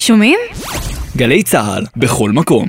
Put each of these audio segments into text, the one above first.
שומעים? גלי צהל, בכל מקום.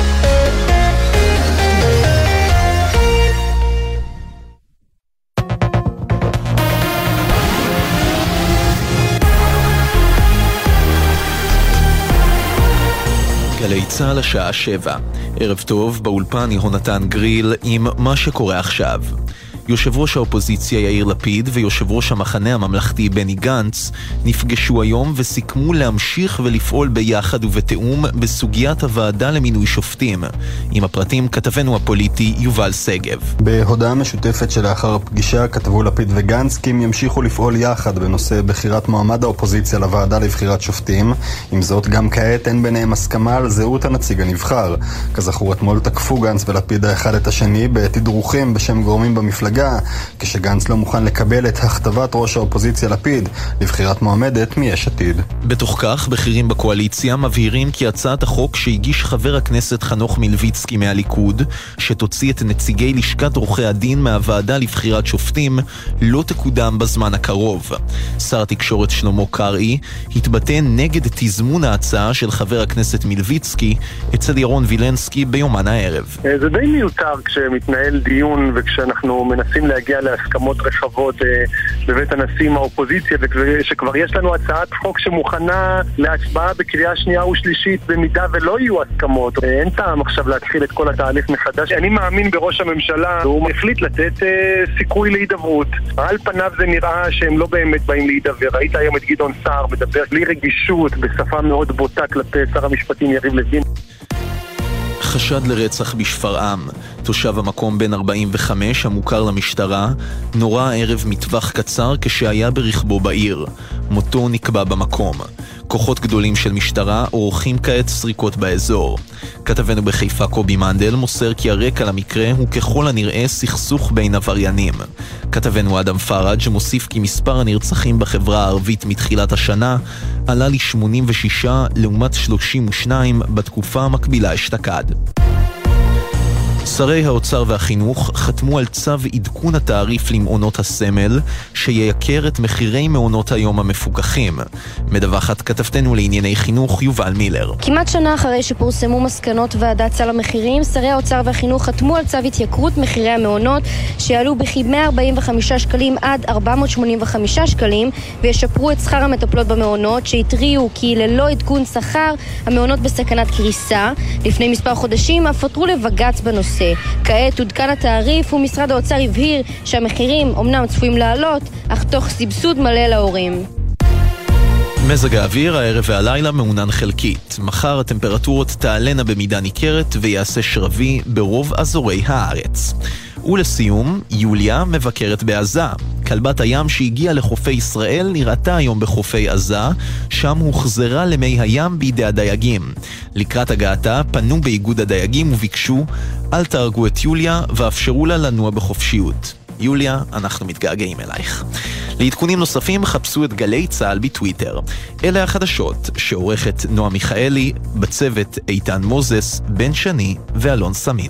גלי צהל השעה 7. ערב טוב, באולפן יהונתן גריל עם מה שקורה עכשיו. יושב ראש האופוזיציה יאיר לפיד ויושב ראש המחנה הממלכתי בני גנץ נפגשו היום וסיכמו להמשיך ולפעול ביחד ובתאום בסוגיית הוועדה למינוי שופטים. עם הפרטים כתבנו הפוליטי יובל סגב. בהודעה משותפת שלאחר הפגישה כתבו לפיד וגנץ כי הם ימשיכו לפעול יחד בנושא בחירת מועמד האופוזיציה לוועדה לבחירת שופטים. עם זאת, גם כעת אין ביניהם הסכמה על זהות הנציג הנבחר. כזכור, אתמול תקפו גנץ ולפיד האחד את השני בתדרוכים בשם גורמים במפלגה, כשגנץ לא מוכן לקבל את הכתבת ראש האופוזיציה לפיד לבחירת מועמדת מיש עתיד. בתוך כך, בכירים בקואליציה מבהירים כי הצעת החוק שהגיש חבר הכנסת חנוך מלביצקי מהליכוד, שתוציא את נציגי לשכת עורכי הדין מהוועדה לבחירת שופטים, לא תקודם בזמן הקרוב. שר התקשורת שלמה קרעי התבטא נגד תזמון ההצעה של חבר הכנסת מלביצקי אצל ירון וילנסקי ביומן הערב. זה די מיותר כשמתנהל דיון וכשאנחנו מנסים להגיע להסכמות רחבות בבית הנשיא מהאופוזיציה, וכשכבר יש לנו הצעת חוק שמוכנה להצבעה בקריאה שנייה ושלישית במידה ולא יהיו הסכמות. אין טעם עכשיו להתחיל את כל התהליך מחדש. אני מאמין בראש הממשלה, והוא החליט לתת סיכוי להידברות. על פניו זה נראה שהם לא באמת באים להידבר. ראית היום את גדעון סער מדבר בלי רגישות, בשפה מאוד בוטה כלפי שר המשפטים יריב לוין. חשד לרצח בשפרעם. תושב המקום בן 45 המוכר למשטרה נורה ערב מטווח קצר כשהיה ברכבו בעיר. מותו נקבע במקום. כוחות גדולים של משטרה עורכים כעת סריקות באזור. כתבנו בחיפה קובי מנדל מוסר כי הרקע למקרה הוא ככל הנראה סכסוך בין עבריינים. כתבנו אדם פראג' מוסיף כי מספר הנרצחים בחברה הערבית מתחילת השנה עלה ל-86 לעומת 32 בתקופה המקבילה אשתקד. שרי האוצר והחינוך חתמו על צו עדכון התעריף למעונות הסמל שייקר את מחירי מעונות היום המפוקחים. מדווחת כתבתנו לענייני חינוך יובל מילר. כמעט שנה אחרי שפורסמו מסקנות ועדת סל המחירים, שרי האוצר והחינוך חתמו על צו התייקרות מחירי המעונות שיעלו בכ-145 שקלים עד 485 שקלים וישפרו את שכר המטפלות במעונות שהתריעו כי ללא עדכון שכר המעונות בסכנת קריסה. לפני מספר חודשים אף עתרו לבג"ץ בנושא. כעת עודכן התעריף ומשרד האוצר הבהיר שהמחירים אומנם צפויים לעלות, אך תוך סבסוד מלא להורים. מזג האוויר הערב והלילה מעונן חלקית. מחר הטמפרטורות תעלנה במידה ניכרת ויעשה שרבי ברוב אזורי הארץ. ולסיום, יוליה מבקרת בעזה. כלבת הים שהגיעה לחופי ישראל נראתה היום בחופי עזה, שם הוחזרה למי הים בידי הדייגים. לקראת הגעתה פנו באיגוד הדייגים וביקשו, אל תהרגו את יוליה ואפשרו לה לנוע בחופשיות. יוליה, אנחנו מתגעגעים אלייך. לעדכונים נוספים חפשו את גלי צהל בטוויטר. אלה החדשות שעורכת נועה מיכאלי, בצוות איתן מוזס, בן שני ואלון סמיד.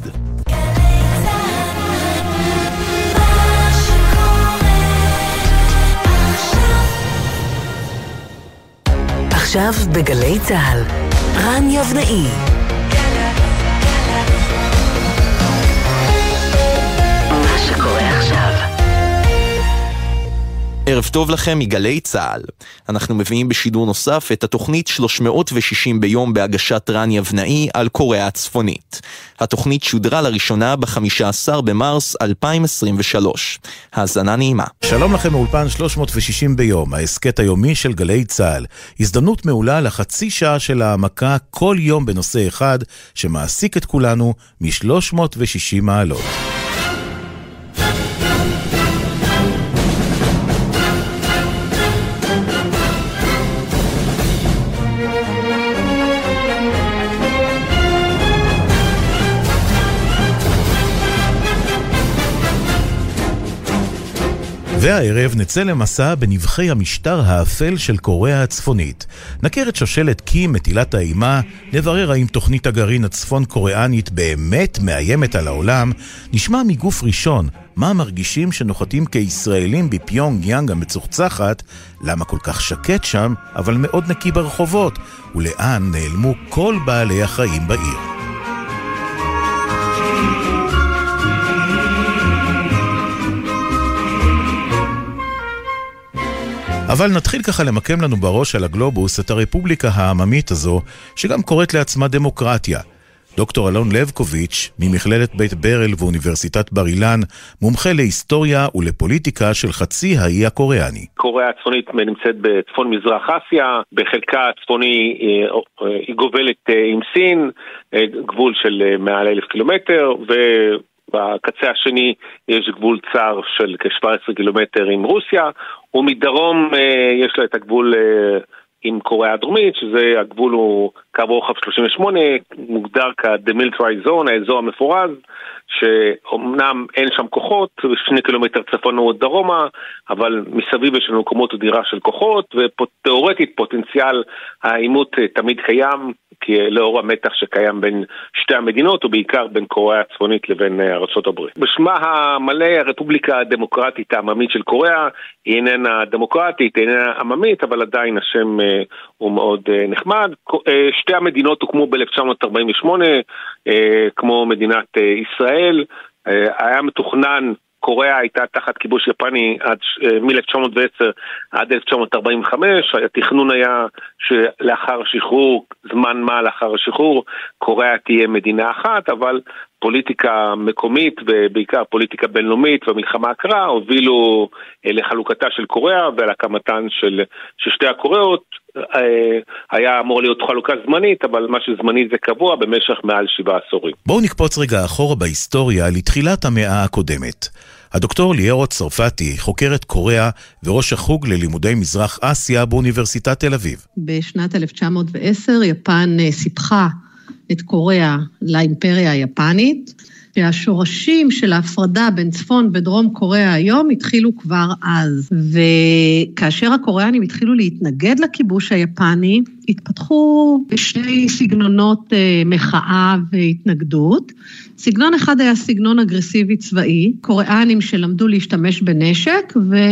עכשיו בגלי צהל, רן יבנאי. מה שקורה עכשיו. ערב טוב לכם מגלי צהל. אנחנו מביאים בשידור נוסף את התוכנית 360 ביום בהגשת רן יבנאי על קוריאה הצפונית. התוכנית שודרה לראשונה ב-15 במרס 2023. האזנה נעימה. שלום לכם מאולפן 360 ביום, העסקת היומי של גלי צהל. הזדמנות מעולה לחצי שעה של העמקה כל יום בנושא אחד שמעסיק את כולנו מ-360 מעלות. והערב נצא למסע בנבחי המשטר האפל של קוריאה הצפונית. נכיר את שושלת קים, מטילת האימה, נברר האם תוכנית הגרעין הצפון קוריאנית באמת מאיימת על העולם, נשמע מגוף ראשון מה מרגישים שנוחתים כישראלים בפיונג יאנג המצוחצחת, למה כל כך שקט שם, אבל מאוד נקי ברחובות, ולאן נעלמו כל בעלי החיים בעיר. אבל נתחיל ככה למקם לנו בראש על הגלובוס את הרפובליקה העממית הזו, שגם קוראת לעצמה דמוקרטיה. דוקטור אלון לבקוביץ' ממכללת בית ברל ואוניברסיטת בר אילן, מומחה להיסטוריה ולפוליטיקה של חצי האי הקוריאני. קוריאה הצפונית נמצאת בצפון מזרח אסיה, בחלקה הצפוני היא גובלת עם סין, גבול של מעל 1,000 קילומטר, ובקצה השני יש גבול צר של כ-17 קילומטר עם רוסיה, ומדרום יש לה את הגבול עם קוריאה הדרומית, שזה הגבול הוא קו רוחב 38, מוגדר כ-demilitarized zone, האזור המפורז, שאומנם אין שם כוחות, 2 קילומטר צפון או דרומה, אבל מסביב יש לנו מקומות ודירה של כוחות, ותיאורטית פוטנציאל העימות תמיד קיים, כי לאור המתח שקיים בין שתי המדינות, ובעיקר בין קוריאה הצפונית לבין ארצות הברית. בשמה המלא, הרפובליקה הדמוקרטית העממית של קוריאה, היא איננה דמוקרטית, איננה עממית, אבל עדיין השם הוא מאוד נחמד. שתי המדינות הוקמו ב-1948, כמו מדינת ישראל. היה מתוכנן, קוריאה הייתה תחת כיבוש יפני מ-1910 עד 1945, התכנון היה שלאחר שחרור, זמן מה לאחר השחרור, קוריאה תהיה מדינה אחת, אבל פוליטיקה מקומית ובעיקר פוליטיקה בינלאומית והמלחמה הקרה הובילו לחלוקתה של קוריאה ולהקמתן של שתי הקוריאות. היה אמור להיות חלוקה זמנית, אבל מה שזמני זה קבוע במשך מעל 7 עשורים. בואו נקפוץ רגע אחורה בהיסטוריה לתחילת המאה הקודמת. הדוקטור ליאור צרפתי, חוקרת קוריאה וראש החוג ללימודי מזרח אסיה באוניברסיטת תל אביב. בשנת 1910 יפן סיפחה את קוריאה לאימפריה היפנית, שהשורשים של ההפרדה בין צפון ודרום קוריאה היום התחילו כבר אז. וכאשר הקוריאנים התחילו להתנגד לכיבוש היפני, התפתחו בשני סגנונות מחאה והתנגדות. סגנון אחד היה סגנון אגרסיבי צבאי, קוריאנים שלמדו להשתמש בנשק,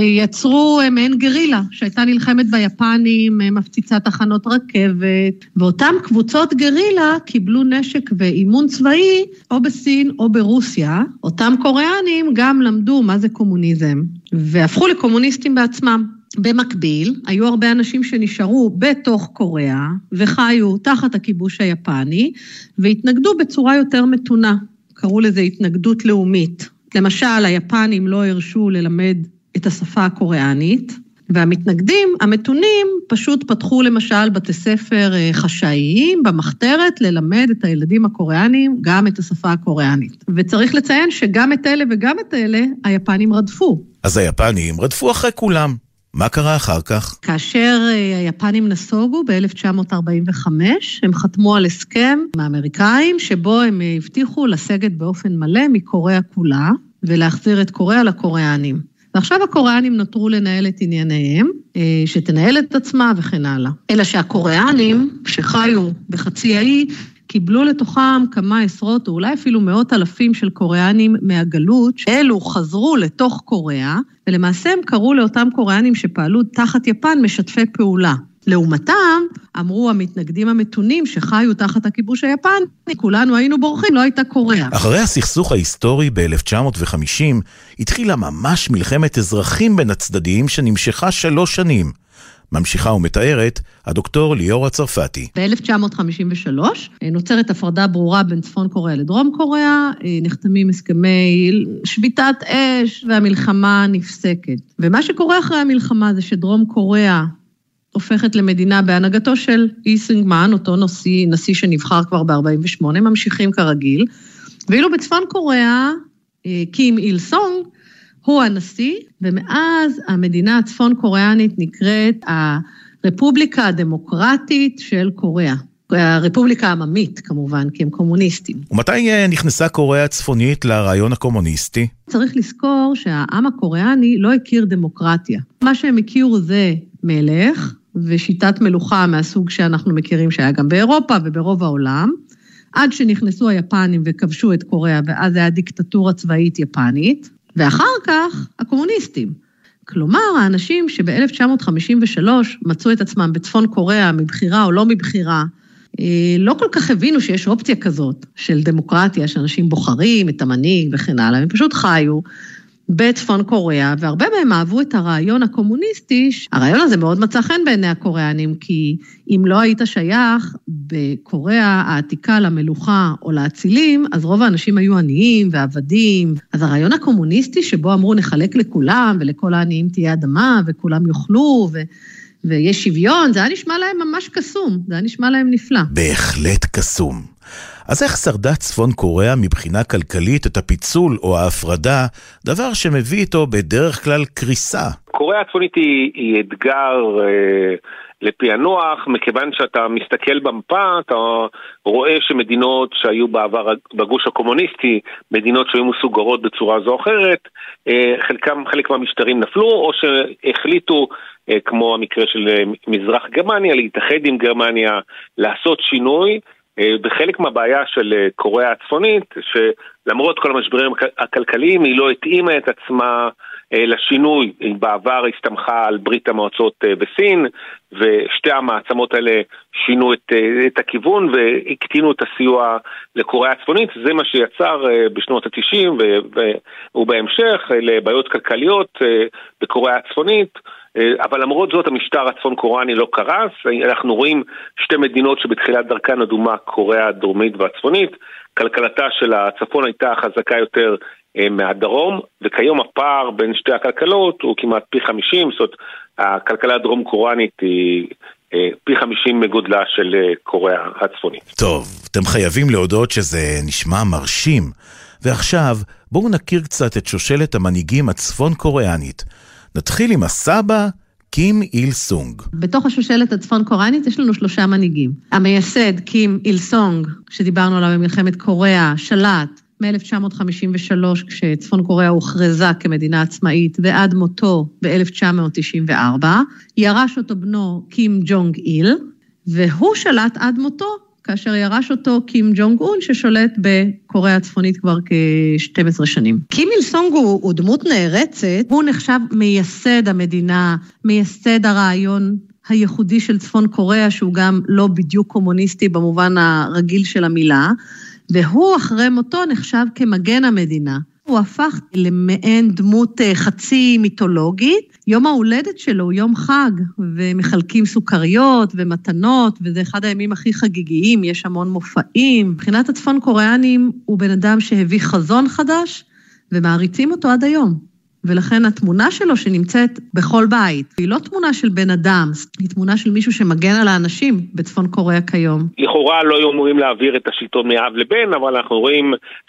ויצרו מעין גרילה, שהייתה נלחמת ביפנים, מפציצה תחנות רכבת, ואותם קבוצות גרילה קיבלו נשק ואימון צבאי, או בסין או ברוסיה. אותם קוריאנים גם למדו מה זה קומוניזם, והפכו לקומוניסטים בעצמם. במקביל, היו הרבה אנשים שנשארו בתוך קוריאה, וחיו תחת הכיבוש היפני, והתנגדו בצורה יותר מתונה. קראו לזה התנגדות לאומית. למשל, היפנים לא הרשו ללמד את השפה הקוריאנית, והמתנגדים, המתונים, פשוט פתחו למשל בתי ספר חשאיים במחתרת ללמד את הילדים הקוריאנים גם את השפה הקוריאנית. וצריך לציין שגם את אלה וגם את אלה היפנים רדפו. אז היפנים רדפו אחרי כולם. מה קרה אחר כך? כאשר היפנים נסוגו ב-1945, הם חתמו על הסכם עם האמריקאים, שבו הם הבטיחו לסגת באופן מלא מקוריאה כולה, ולהחזיר את קוריאה לקוריאנים. ועכשיו הקוריאנים נותרו לנהל את ענייניהם, שתנהל את עצמה וכן הלאה. אלא שהקוריאנים שחיו בחצי האי, קיבלו לתוכם כמה עשרות או אולי אפילו מאות אלפים של קוריאנים מהגלות, שאלו חזרו לתוך קוריאה, ולמעשה הם קראו לאותם קוריאנים שפעלו תחת יפן משתפי פעולה. לעומתם, אמרו המתנגדים המתונים שחיו תחת הכיבוש היפני, כולנו היינו בורחים, לא הייתה קוריאה. אחרי הסכסוך ההיסטורי ב-1950, התחילה ממש מלחמת אזרחים בין הצדדים שנמשכה 3 שנים. ממשיכה ומתארת הדוקטור ליאור הצרפתי. ב-1953 נוצרת הפרדה ברורה בין צפון קוריאה לדרום קוריאה, נחתמים הסכמי שביתת אש והמלחמה נפסקת. ומה שקורה אחרי המלחמה זה שדרום קוריאה הופכת למדינה בהנהגתו של אי סינגמן, אותו נשיא שנבחר כבר ב-48, ממשיכים כרגיל, ואילו בצפון קוריאה, קים איל סונג, הוא הנשיא, ומאז המדינה הצפון קוריאנית נקראת הרפובליקה הדמוקרטית של קוריאה. הרפובליקה העממית כמובן, כי הם קומוניסטים. ומתי נכנסה קוריאה הצפונית לרעיון הקומוניסטי? צריך לזכור שהעם הקוריאני לא הכיר דמוקרטיה. מה שהם הכירו זה מלך ושיטת מלוכה מהסוג שאנחנו מכירים שהיה גם באירופה וברוב העולם, עד שנכנסו היפנים וכבשו את קוריאה, ואז היה דיקטטורה צבאית יפנית, ואחר כך הקומוניסטים. כלומר, האנשים שב-1953 מצאו את עצמם בצפון קוריאה, מבחירה או לא מבחירה, לא כל כך הבינו שיש אופציה כזאת של דמוקרטיה, שאנשים בוחרים את המנהיג וכן הלאה, הם פשוט חיו בצפון קוריאה, והרבה מהם אהבו את הרעיון הקומוניסטי. הרעיון הזה מאוד מצא חן בעיני הקוריאנים, כי אם לא היית שייך בקוריאה העתיקה למלוכה או לאצילים, אז רוב האנשים היו עניים ועבדים. אז הרעיון הקומוניסטי שבו אמרו נחלק לכולם, ולכל העניים תהיה אדמה, וכולם יאכלו, ויש שוויון, זה היה נשמע להם ממש קסום, זה היה נשמע להם נפלא. בהחלט קסום. אז איך שרדה צפון קוריאה מבחינה כלכלית את הפיצול או ההפרדה, דבר שמביא איתו בדרך כלל קריסה? קוריאה הצפונית היא אתגר לפענוח, מכיוון שאתה מסתכל במפה, אתה רואה שמדינות שהיו בעבר בגוש הקומוניסטי, מדינות שהיו מסוגרות בצורה זו או אחרת, חלק מהמשטרים נפלו, או שהחליטו, כמו המקרה של מזרח גרמניה, להתאחד עם גרמניה, לעשות שינוי, בחלק מהבעיה של קוריאה הצפונית, שלמרות כל המשברים הכלכליים, היא לא התאימה את עצמה לשינוי. בעבר הסתמכה על ברית המועצות בסין, ושתי המעצמות האלה שינו את הכיוון, והקטינו את הסיוע לקוריאה הצפונית. זה מה שיצר בשנות ה-90, ובהמשך לבעיות כלכליות בקוריאה הצפונית, אבל למרות זאת המשטר הצפון קוריאני לא קרס. אנחנו רואים שתי מדינות שבתחילת דרכן אדומה, קוריאה הדרומית והצפונית, כלכלתה של הצפון הייתה חזקה יותר מהדרום, וכיום הפער בין שתי הכלכלות הוא כמעט פי 50, זאת אומרת, הכלכלה הדרום קוריאנית היא פי 50 מגודלה של קוריאה הצפונית. טוב, אתם חייבים להודות שזה נשמע מרשים, ועכשיו בואו נכיר קצת את שושלת המנהיגים הצפון קוריאנית. נתחיל עם הסבא קים איל סונג. בתוך השושלת הצפון קוריאנית יש לנו 3 מנהיגים. המייסד קים איל סונג, שדיברנו עליו במלחמת קוריאה, שלט מ-1953 כשצפון קוריאה הוכרזה כמדינה עצמאית, ועד מותו ב-1994, ירש אותו בנו קים ג'ונג איל, והוא שלט עד מותו, כאשר ירש אותו קים ג'ונג און, ששולט בקוריאה הצפונית כבר כ-12 שנים. קים איל סונג הוא דמות נערצת, הוא נחשב מייסד המדינה, מייסד הרעיון הייחודי של צפון קוריאה, שהוא גם לא בדיוק קומוניסטי במובן הרגיל של המילה, והוא אחרי מותו נחשב כמגן המדינה. הוא הפך למעין דמות חצי מיתולוגית. יום ההולדת שלו הוא יום חג, ומחלקים סוכריות ומתנות, וזה אחד הימים הכי חגיגיים, יש המון מופעים. מבחינת הצפון קוריאנים הוא בן אדם שהביא חזון חדש, ומעריצים אותו עד היום. ולכן התמונה שלו שנמצאת בכל בית, היא לא תמונה של בן אדם, היא תמונה של מישהו שמגן על האנשים בצפון קוריאה כיום. לכאורה לא היו אמורים להעביר את השלטון מאב לבן, אבל אנחנו רואים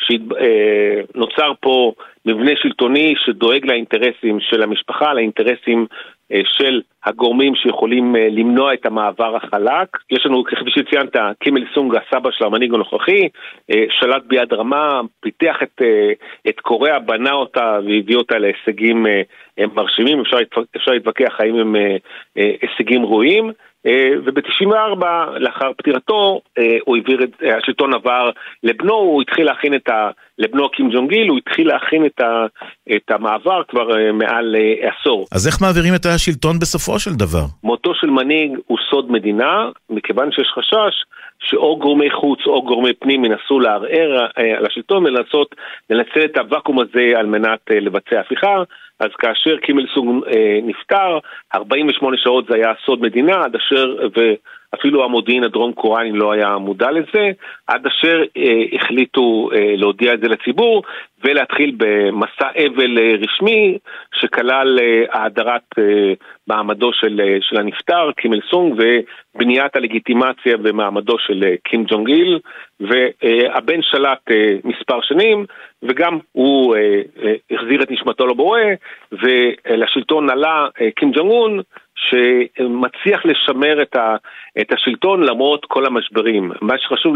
שנוצר פה מבנה שלטוני שדואג לאינטרסים של המשפחה, לאינטרסים של הגורמים שיכולים למנוע את המעבר החלק. יש לנו, כפי שציינת, קים איל סונג, הסבא של המנהיג הנוכחי, שלט ביד רמה, פיתח את קוריאה, בנה אותה והביא אותה להישגים מרשימים, אפשר להתווכח האם הם הישגים ראויים, וב-94 לאחר פטירתו הוא העביר את השלטון עבר לבנו, הוא התחיל להכין לבנו קים ג'ונג איל, הוא התחיל להכין את המעבר כבר מעל עשור. אז איך מעבירים את השלטון בסופו של דבר? מותו של מנהיג הוא סוד מדינה, מכיוון שיש חשש שאו גורמי חוץ או גורמי פנים ינסו לערער על השלטון ולנסות לנצל את הוואקום הזה על מנת לבצע הפיכה. אז כאשר קים איל סונג נפטר, 48 שעות זה היה סוד מדינה, עד אשר, ואפילו המודיעין הדרום קוריאני לא היה מודע לזה, עד אשר החליטו להודיע את זה לציבור, ולהתחיל במסע אבל רשמי, שכלל ההדרת מעמדו של הנפטר, קים איל סונג, ובניית הלגיטימציה ומעמדו של קים ג'ונג איל, והבן שלט מספר שנים, וגם הוא החזיר את נשמתו לבורא, ולשלטון עלה קים ג'ונג און, שמצליח לשמר את השלטון למרות כל המשברים. מה שחשוב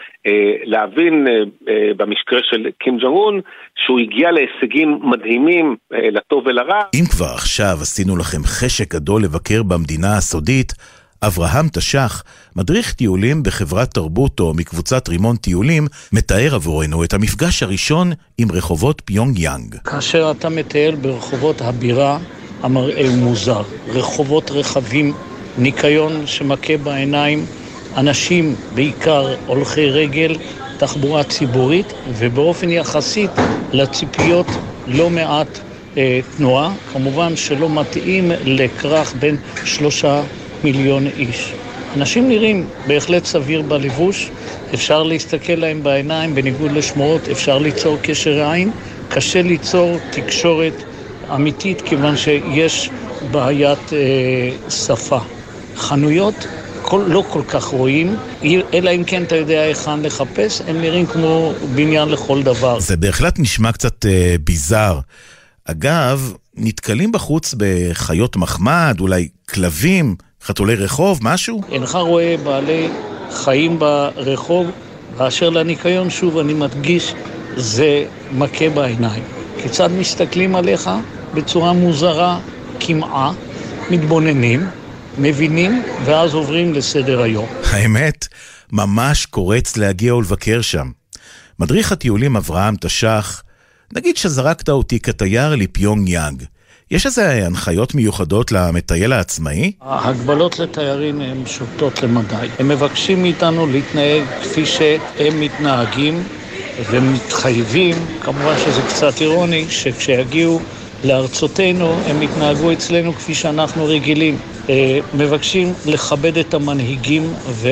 להבין במשקרה של קים ג'ונג און, שהוא הגיע להישגים מדהימים לטוב ולרע. אם כבר עכשיו עשינו לכם חשק גדול לבקר במדינה הסודית, אברהם תש"ח, מדריך טיולים בחברת תרבות או מקבוצת רימון טיולים, מתאר עבורנו את המפגש הראשון עם רחובות פיונג יאנג. כאשר אתה מטייל ברחובות הבירה, המראה הוא מוזר. רחובות רחבים, ניקיון שמכה בעיניים, אנשים בעיקר הולכי רגל, תחבורה ציבורית, ובאופן יחסית לציפיות לא מעט תנועה, כמובן שלא מתאים לכרך בין 3 מיליון איש. אנשים נראים בהחלט סביר בלבוש, אפשר להסתכל להם בעיניים, בניגוד לשמועות, אפשר ליצור קשר עין, קשה ליצור תקשורת אמיתית כיוון שיש בעיית שפה. חנויות לא כל כך רואים, אלא אם כן אתה יודע היכן לחפש, הם נראים כמו בניין לכל דבר. זה בהחלט נשמע קצת ביזר. אגב, נתקלים בחוץ בחיות מחמד, אולי כלבים, חתולי רחוב, משהו? אינך רואה בעלי חיים ברחוב, באשר לניקיון, שוב אני מדגיש, זה מכה בעיניים. כיצד מסתכלים עליך? בצורה מוזרה, כמעה, מתבוננים, מבינים, ואז עוברים לסדר היום. האמת, ממש קורץ להגיע ולבקר שם. מדריך הטיולים אברהם תש"ח, נגיד שזרקת אותי כתייר לפיונג יאנג. יש איזה הנחיות מיוחדות למטייל העצמאי? ההגבלות לתיירים הן פשוטות למדי. הם מבקשים מאיתנו להתנהג כפי שהם מתנהגים ומתחייבים. כמובן שזה קצת אירוני שכשיגיעו לארצותינו הם יתנהגו אצלנו כפי שאנחנו רגילים. מבקשים לכבד את המנהיגים,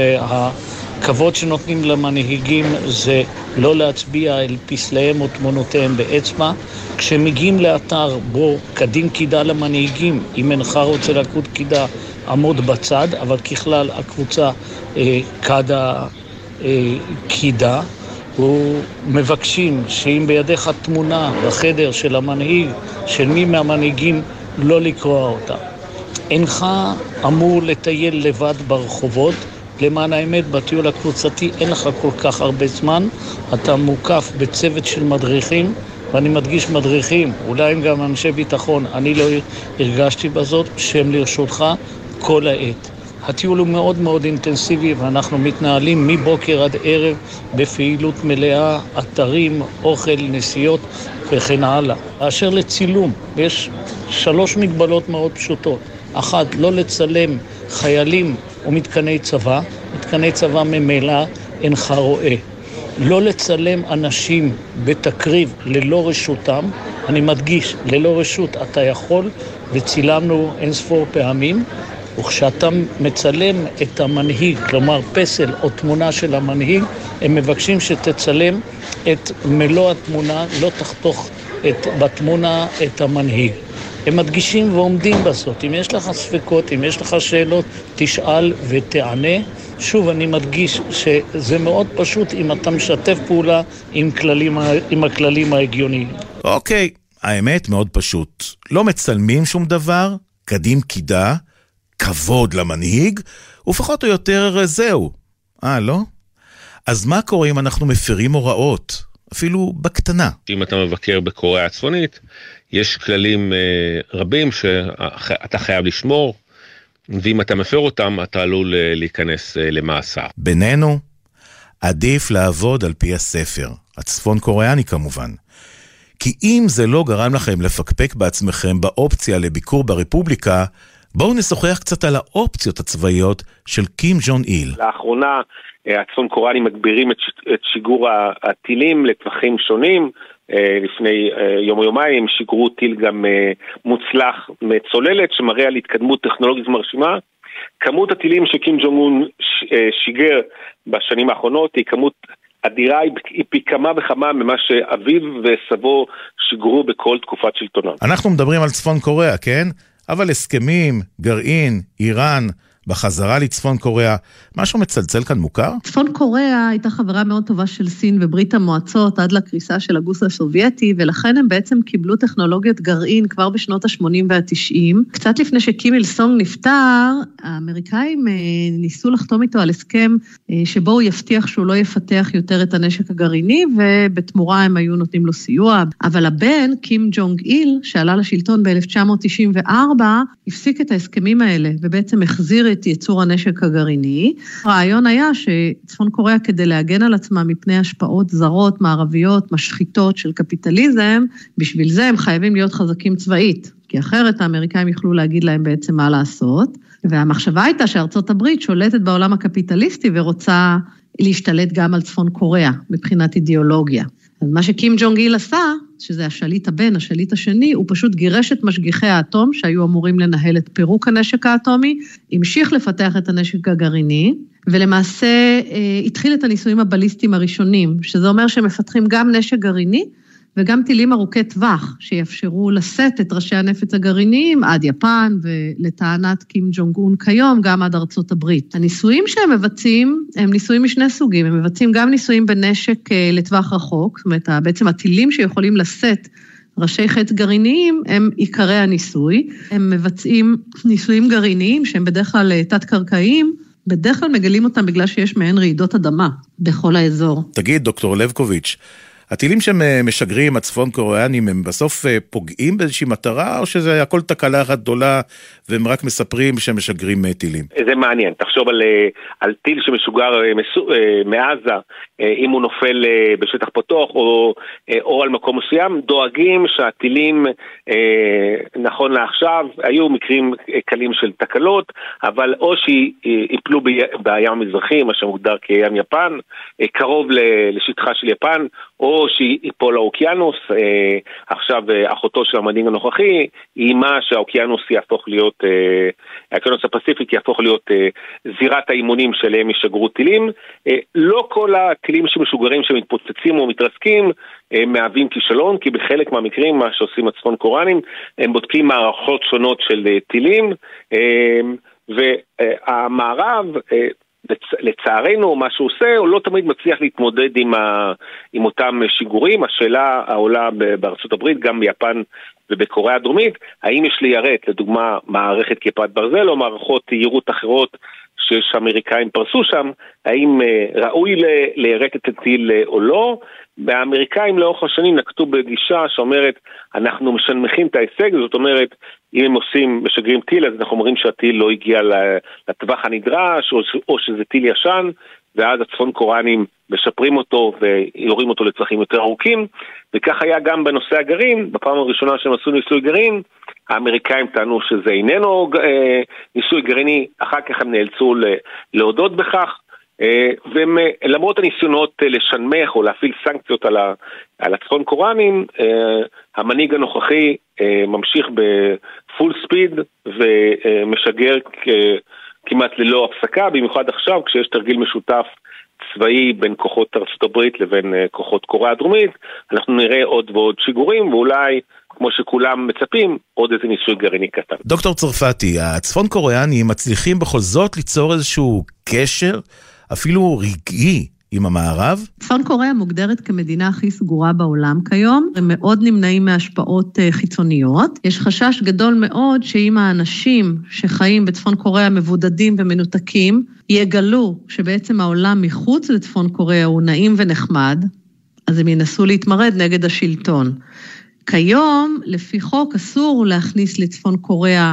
והכבוד שנותנים למנהיגים זה לא להצביע אל פסליהם או תמונותיהם באצבע. כשמגיעים לאתר בו קדים קידה למנהיגים, אם אינך רוצה לקוד קידה עמוד בצד, אבל ככלל הקבוצה קדה קידה. ומבקשים שאם בידיך תמונה בחדר של המנהיג, של מי מהמנהיגים, לא לקרוא אותה. אינך אמור לטייל לבד ברחובות, למען האמת בטיול הקבוצתי אין לך כל כך הרבה זמן, אתה מוקף בצוות של מדריכים, ואני מדגיש מדריכים, אולי הם גם אנשי ביטחון, אני לא הרגשתי בזאת, שהם לרשותך כל העת. הטיול הוא מאוד מאוד אינטנסיבי, ואנחנו מתנהלים מבוקר עד ערב בפעילות מלאה, אתרים, אוכל, נסיעות וכן הלאה. אשר לצילום, יש 3 מגבלות מאוד פשוטות. 1, לא לצלם חיילים ומתקני צבא, מתקני צבא ממילא אינך רואה. לא לצלם אנשים בתקריב ללא רשותם, אני מדגיש, ללא רשות אתה יכול, וצילמנו אינספור פעמים, וכשאתה מצלם את המנהיג, כלומר פסל או תמונה של המנהיג, הם מבקשים שתצלם את מלוא התמונה, לא תחתוך בתמונה את המנהיג. הם מדגישים ועומדים בזאת. אם יש לך ספקות, אם יש לך שאלות, תשאל ותענה. שוב, אני מדגיש שזה מאוד פשוט אם אתה משתף פעולה עם הכללים ההגיוניים. אוקיי, האמת מאוד פשוט. לא מצלמים שום דבר, קדים קידה, כבוד למנהיג, ופחות או יותר זהו. לא? אז מה קורה אם אנחנו מפרים הוראות? אפילו בקטנה. אם אתה מבקר בקוריאה הצפונית, יש כללים רבים שאתה חייב לשמור, ואם אתה מפר אותם, אתה עלול להיכנס למאסר. בינינו, עדיף לעבוד על פי הספר, הצפון קוריאני כמובן. כי אם זה לא גרם לכם לפקפק בעצמכם באופציה לביקור ברפובליקה, בואו נשוחח קצת על האופציות הצבאיות של קים ג'ונג איל. לאחרונה הצפון קוריאנים מגבירים את שיגור הטילים לטווחים שונים. לפני יום או יומיים שיגרו טיל גם מוצלח מצוללת שמראה על התקדמות טכנולוגית מרשימה. כמות הטילים שקים ג'ונג און שיגר בשנים האחרונות היא כמות אדירה, היא פי כמה וכמה ממה שאביו וסבו שיגרו בכל תקופת שלטונם. אנחנו מדברים על צפון קוריאה, כן? אבל הסכמים, גרעין, איראן, בחזרה לצפון קוריאה, משהו מצלצל כאן מוכר? צפון קוריאה הייתה חברה מאוד טובה של סין וברית המועצות עד לקריסה של הגוש הסובייטי, ולכן הם בעצם קיבלו טכנולוגיות גרעין כבר בשנות ה-80 וה-90. קצת לפני שקים איל סונג נפטר, האמריקאים ניסו לחתום איתו על הסכם שבו הוא יבטיח שהוא לא יפתח יותר את הנשק הגרעיני, ובתמורה הם היו נותנים לו סיוע. אבל הבן, קים ג'ונג איל, שעלה לשלטון ב-1994, הפסיק את ההסכמים האלה, ובעצם החזיר את ייצור הנשק הגרעיני. הרעיון היה שצפון קוריאה, כדי להגן על עצמה מפני השפעות זרות, מערביות, משחיתות של קפיטליזם, בשביל זה הם חייבים להיות חזקים צבאית, כי אחרת האמריקאים יוכלו להגיד להם בעצם מה לעשות. והמחשבה הייתה שארצות הברית שולטת בעולם הקפיטליסטי ורוצה להשתלט גם על צפון קוריאה, מבחינת אידיאולוגיה. אז מה שקים ג'ונג איל עשה, שזה השליט הבן, השליט השני, הוא פשוט גירש את משגיחי האטום, שהיו אמורים לנהל את פירוק הנשק האטומי, המשיך לפתח את הנשק הגרעיני, ולמעשה התחיל את הניסויים הבליסטיים הראשונים, שזה אומר שהם מפתחים גם נשק גרעיני, וגם טילים ארוכי טווח, שיאפשרו לשאת את ראשי הנפץ הגרעיניים עד יפן, ולטענת קים ג'ונג און כיום, גם עד ארצות הברית. הניסויים שהם מבצעים, הם ניסויים משני סוגים, הם מבצעים גם ניסויים בנשק לטווח רחוק, זאת אומרת, בעצם הטילים שיכולים לשאת ראשי חץ גרעיניים, הם עיקרי הניסוי, הם מבצעים ניסויים גרעיניים, שהם בדרך כלל תת-קרקעיים, בדרך כלל מגלים אותם בגלל שיש מהן רעידות אדמה בכל האזור. תגיד, דוקטור לבקוביץ', הטילים שהם משגרים, הצפון קוריאנים, הם בסוף פוגעים באיזושהי מטרה, או שזה הכל תקלה אחת גדולה, והם רק מספרים שהם משגרים טילים? זה מעניין, תחשוב על טיל שמשוגר מעזה, אם הוא נופל בשטח פתוח, או על מקום מסוים, דואגים שהטילים, נכון לעכשיו, היו מקרים קלים של תקלות, אבל או שיפלו בים המזרחי, מה שמוגדר כים יפן, קרוב לשטחה של יפן, או שיפול האוקיינוס. עכשיו אחותו של המנהיג הנוכחי, היא מה שהאוקיינוס יהפוך להיות, האוקיינוס הפסיפיק יהפוך להיות זירת האימונים שלהם ישגרו טילים. לא כל הטילים שמשוגרים שמתפוצצים או מתרסקים מהווים כישלון, כי בחלק מהמקרים מה שעושים הצפון קוריאנים, הם בודקים מערכות שונות של טילים, והמערב לצערנו מה שהוא עושה, הוא לא תמיד מצליח להתמודד עם אותם שיגורים. השאלה העולה בארצות הברית, גם ביפן ובקוריאה הדרומית, האם יש ליירט, לדוגמה, מערכת כיפת ברזל או מערכות יירוט אחרות שהאמריקאים פרסו שם, האם ראוי ליירט את הטיל או לא? והאמריקאים לאורך השנים נקטו בגישה שאומרת, אנחנו משנמכים את ההישג, זאת אומרת, אם הם משגרים טיל, אז אנחנו אומרים שהטיל לא הגיע לטווח הנדרש, או שזה טיל ישן, ואז הצפון קוריאנים משפרים אותו ויורים אותו לצרכים יותר ארוכים, וכך היה גם בנושא הגרעין. בפעם הראשונה שהם עשו ניסוי גרעין, האמריקאים טענו שזה איננו ניסוי גרעיני, אחר כך הם נאלצו להודות בכך, ולמרות הניסיונות לשנמך או להפעיל סנקציות על הצפון קוריאנים, המנהיג הנוכחי ממשיך בפול ספיד ומשגר כמעט ללא הפסקה, במיוחד עכשיו כשיש תרגיל משותף צבאי בין כוחות ארצות הברית לבין כוחות קוריאה הדרומית. אנחנו נראה עוד ועוד שיגורים, ואולי כמו שכולם מצפים, עוד איזה ניסוי גרעיני קטן. דוקטור צרפתי, הצפון קוריאנים מצליחים בכל זאת ליצור איזשהו קשר אפילו רגעי עם המערב? צפון קוריאה מוגדרת כמדינה הכי סגורה בעולם כיום, הם מאוד נמנעים מהשפעות חיצוניות. יש חשש גדול מאוד שאם האנשים שחיים בצפון קוריאה מבודדים ומנותקים, יגלו שבעצם העולם מחוץ לצפון קוריאה הוא נעים ונחמד, אז הם ינסו להתמרד נגד השלטון. כיום, לפי חוק, אסור להכניס לצפון קוריאה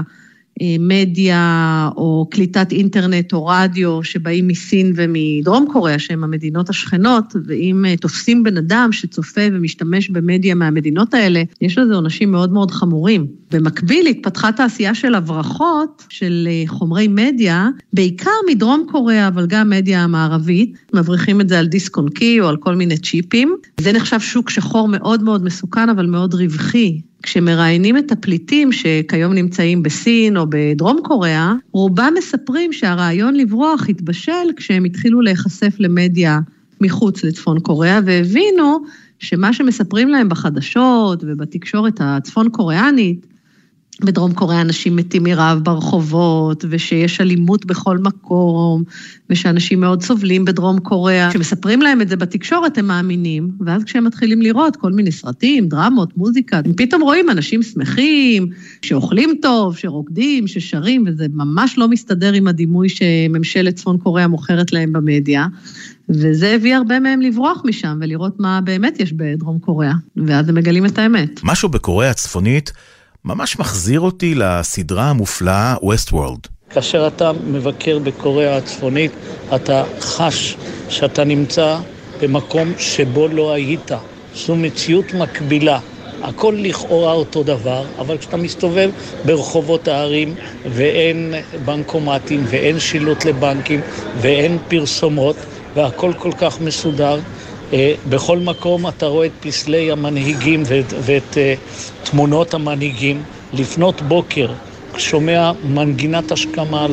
מדיה או קליטת אינטרנט או רדיו שבאים מסין ומדרום קוריאה, שהם המדינות השכנות, ואם תופסים בן אדם שצופה ומשתמש במדיה מהמדינות האלה, יש לזה עונשים מאוד מאוד חמורים. במקביל התפתחה תעשייה של הברחות, של חומרי מדיה, בעיקר מדרום קוריאה, אבל גם מדיה המערבית, מבריחים את זה על דיסק און קי או על כל מיני צ'יפים. זה נחשב שוק שחור מאוד מאוד מסוכן, אבל מאוד רווחי. כשמראיינים את הפליטים שכיום נמצאים בסין או בדרום קוריאה, רובם מספרים שהרעיון לברוח התבשל כשהם התחילו להיחשף למדיה מחוץ לצפון קוריאה, והבינו שמה שמספרים להם בחדשות ובתקשורת הצפון קוריאנית, בדרום קוריאה אנשים מתים מרעב ברחובות, ושיש אלימות בכל מקום, ושאנשים מאוד סובלים בדרום קוריאה. כשמספרים להם את זה בתקשורת הם מאמינים, ואז כשהם מתחילים לראות כל מיני סרטים, דרמות, מוזיקה, הם פתאום רואים אנשים שמחים, שאוכלים טוב, שרוקדים, ששרים, וזה ממש לא מסתדר עם הדימוי שממשלת צפון קוריאה מוכרת להם במדיה, וזה הביא הרבה מהם לברוח משם, ולראות מה באמת יש בדרום קוריאה, ואז הם מגלים את האמת. משהו בקוריאה הצפונית ממש מחזיר אותי לסדרה המופלאה Westworld. כאשר אתה מבקר בקוריאה הצפונית, אתה חש שאתה נמצא במקום שבו לא היית. זו מציאות מקבילה. הכל לכאורה אותו דבר, אבל כשאתה מסתובב ברחובות הערים ואין בנקומטים ואין שילוט לבנקים ואין פרסומות והכל כל כך מסודר, בכל מקום אתה רואה את פסלי המנהיגים ואת תמונות המנהיגים. לפנות בוקר שומע מנגינת השכמה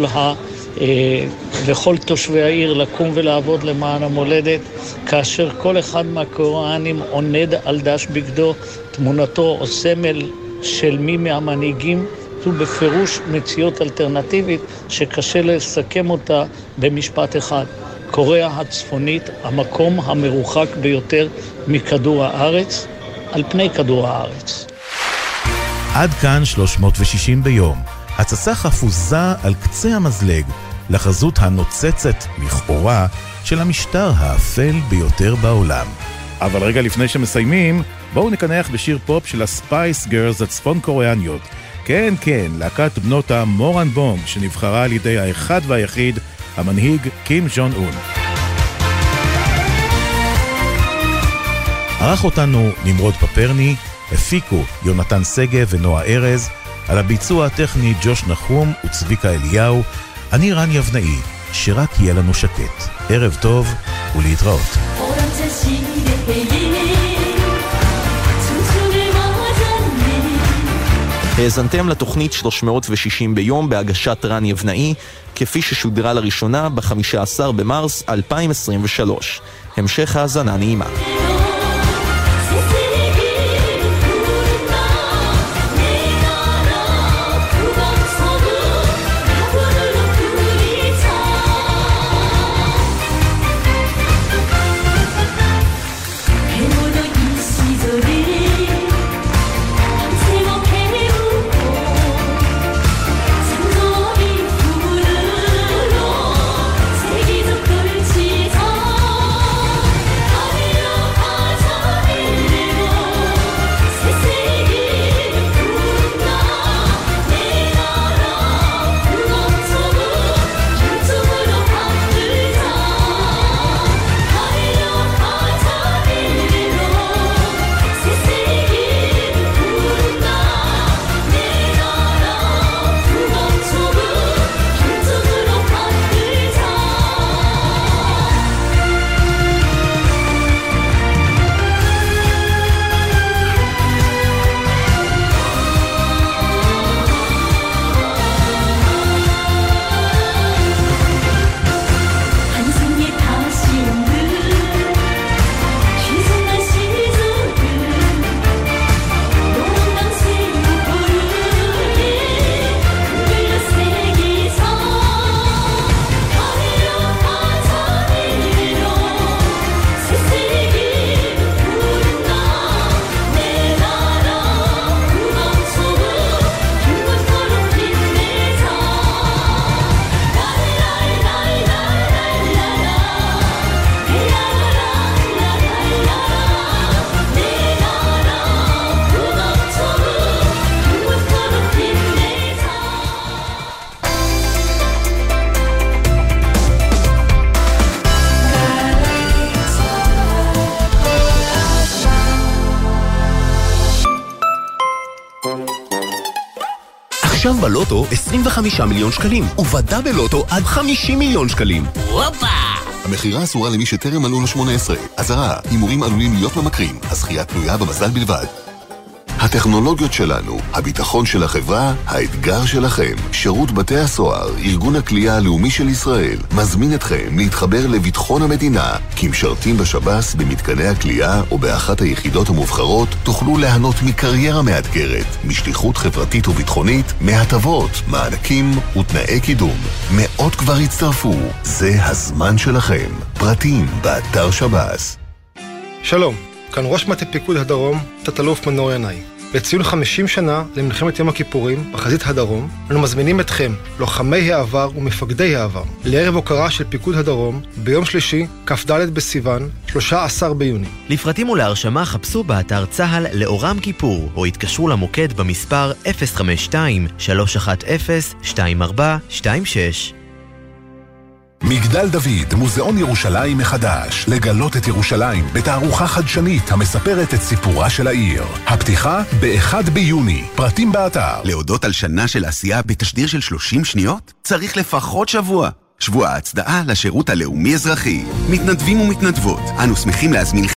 לכל תושבי העיר לקום ולעבוד למען המולדת, כאשר כל אחד מהקוריאנים עונד על דש בגדו תמונתו או סמל של מי מהמנהיגים. זו בפירוש מציאות אלטרנטיבית שקשה לסכם אותה במשפט אחד. קוריאה הצפונית, המקום המרוחק ביותר מכדור הארץ, על פני כדור הארץ. עד כאן 360 ביום. הצצה חפוזה על קצה המזלג לחזות הנוצצת לכאורה של המשטר האפל ביותר בעולם. אבל רגע לפני שמסיימים, בואו נקנח בשיר פופ של הספייס גרלס הצפון קוריאניות. כן, להקת בנות המורן בונג שנבחרה על ידי האחד והיחיד, המנהיג קים ג'ון און. ערך אותנו נמרוד פפרני, הפיקו יונתן סגב ונועה ארז, על הביצוע הטכני ג'וש נחום וצביקה אליהו. אני רן יבנאי, שרק יהיה לנו שקט. ערב טוב ולהתראות. האזנתם לתוכנית 360 ביום בהגשת רן יבנאי, כפי ששודרה לראשונה ב-15 במרס 2023. המשך האזנה נעימה. עכשיו בלוטו 25 מיליון שקלים, ובדה בלוטו עד 50 מיליון שקלים. וואפה! המחירה אסורה למי שטרם מלאו לו 18. אזהרה, הימורים עלולים להיות ממכרים, הזכייה תלויה במזל בלבד. הטכנולוגיות שלנו, הביטחון של החברה, האתגר שלכם. שירות בתי הסוהר, ארגון הכלייה הלאומי של ישראל, מזמין אתכם להתחבר לביטחון המדינה. כמשרתים בשב"ס, במתקני הכלייה או באחת היחידות המובחרות, תוכלו ליהנות מקריירה מאתגרת, משליחות חברתית וביטחונית, מהטבות, מענקים ותנאי קידום. מאות כבר הצטרפו. זה הזמן שלכם. פרטים באתר שב"ס. שלום, כאן ראש מטה פיקוד הדרום, תת-אלוף מנור ינאי. לציון 50 שנה למלחמת יום הכיפורים בחזית הדרום, אנו מזמינים אתכם, לוחמי העבר ומפקדי העבר, לערב הוקרה של פיקוד הדרום ביום שלישי, כ"ד בסיוון, 13 ביוני. לפרטים ולהרשמה חפשו באתר צהל לאורם כיפור, או התקשרו למוקד במספר 052-310-2426. מגדל דוד, מוזיאון ירושלים מחדש. לגלות את ירושלים בתערוכה חדשנית המספרת את סיפורה של העיר. הפתיחה ב-1 ביוני. פרטים באתר. להודות על שנה של עשייה בתשדיר של 30 שניות? צריך לפחות שבוע. שבוע ההצדעה לשירות הלאומי אזרחי. מתנדבים ומתנדבות. אנו שמחים להזמין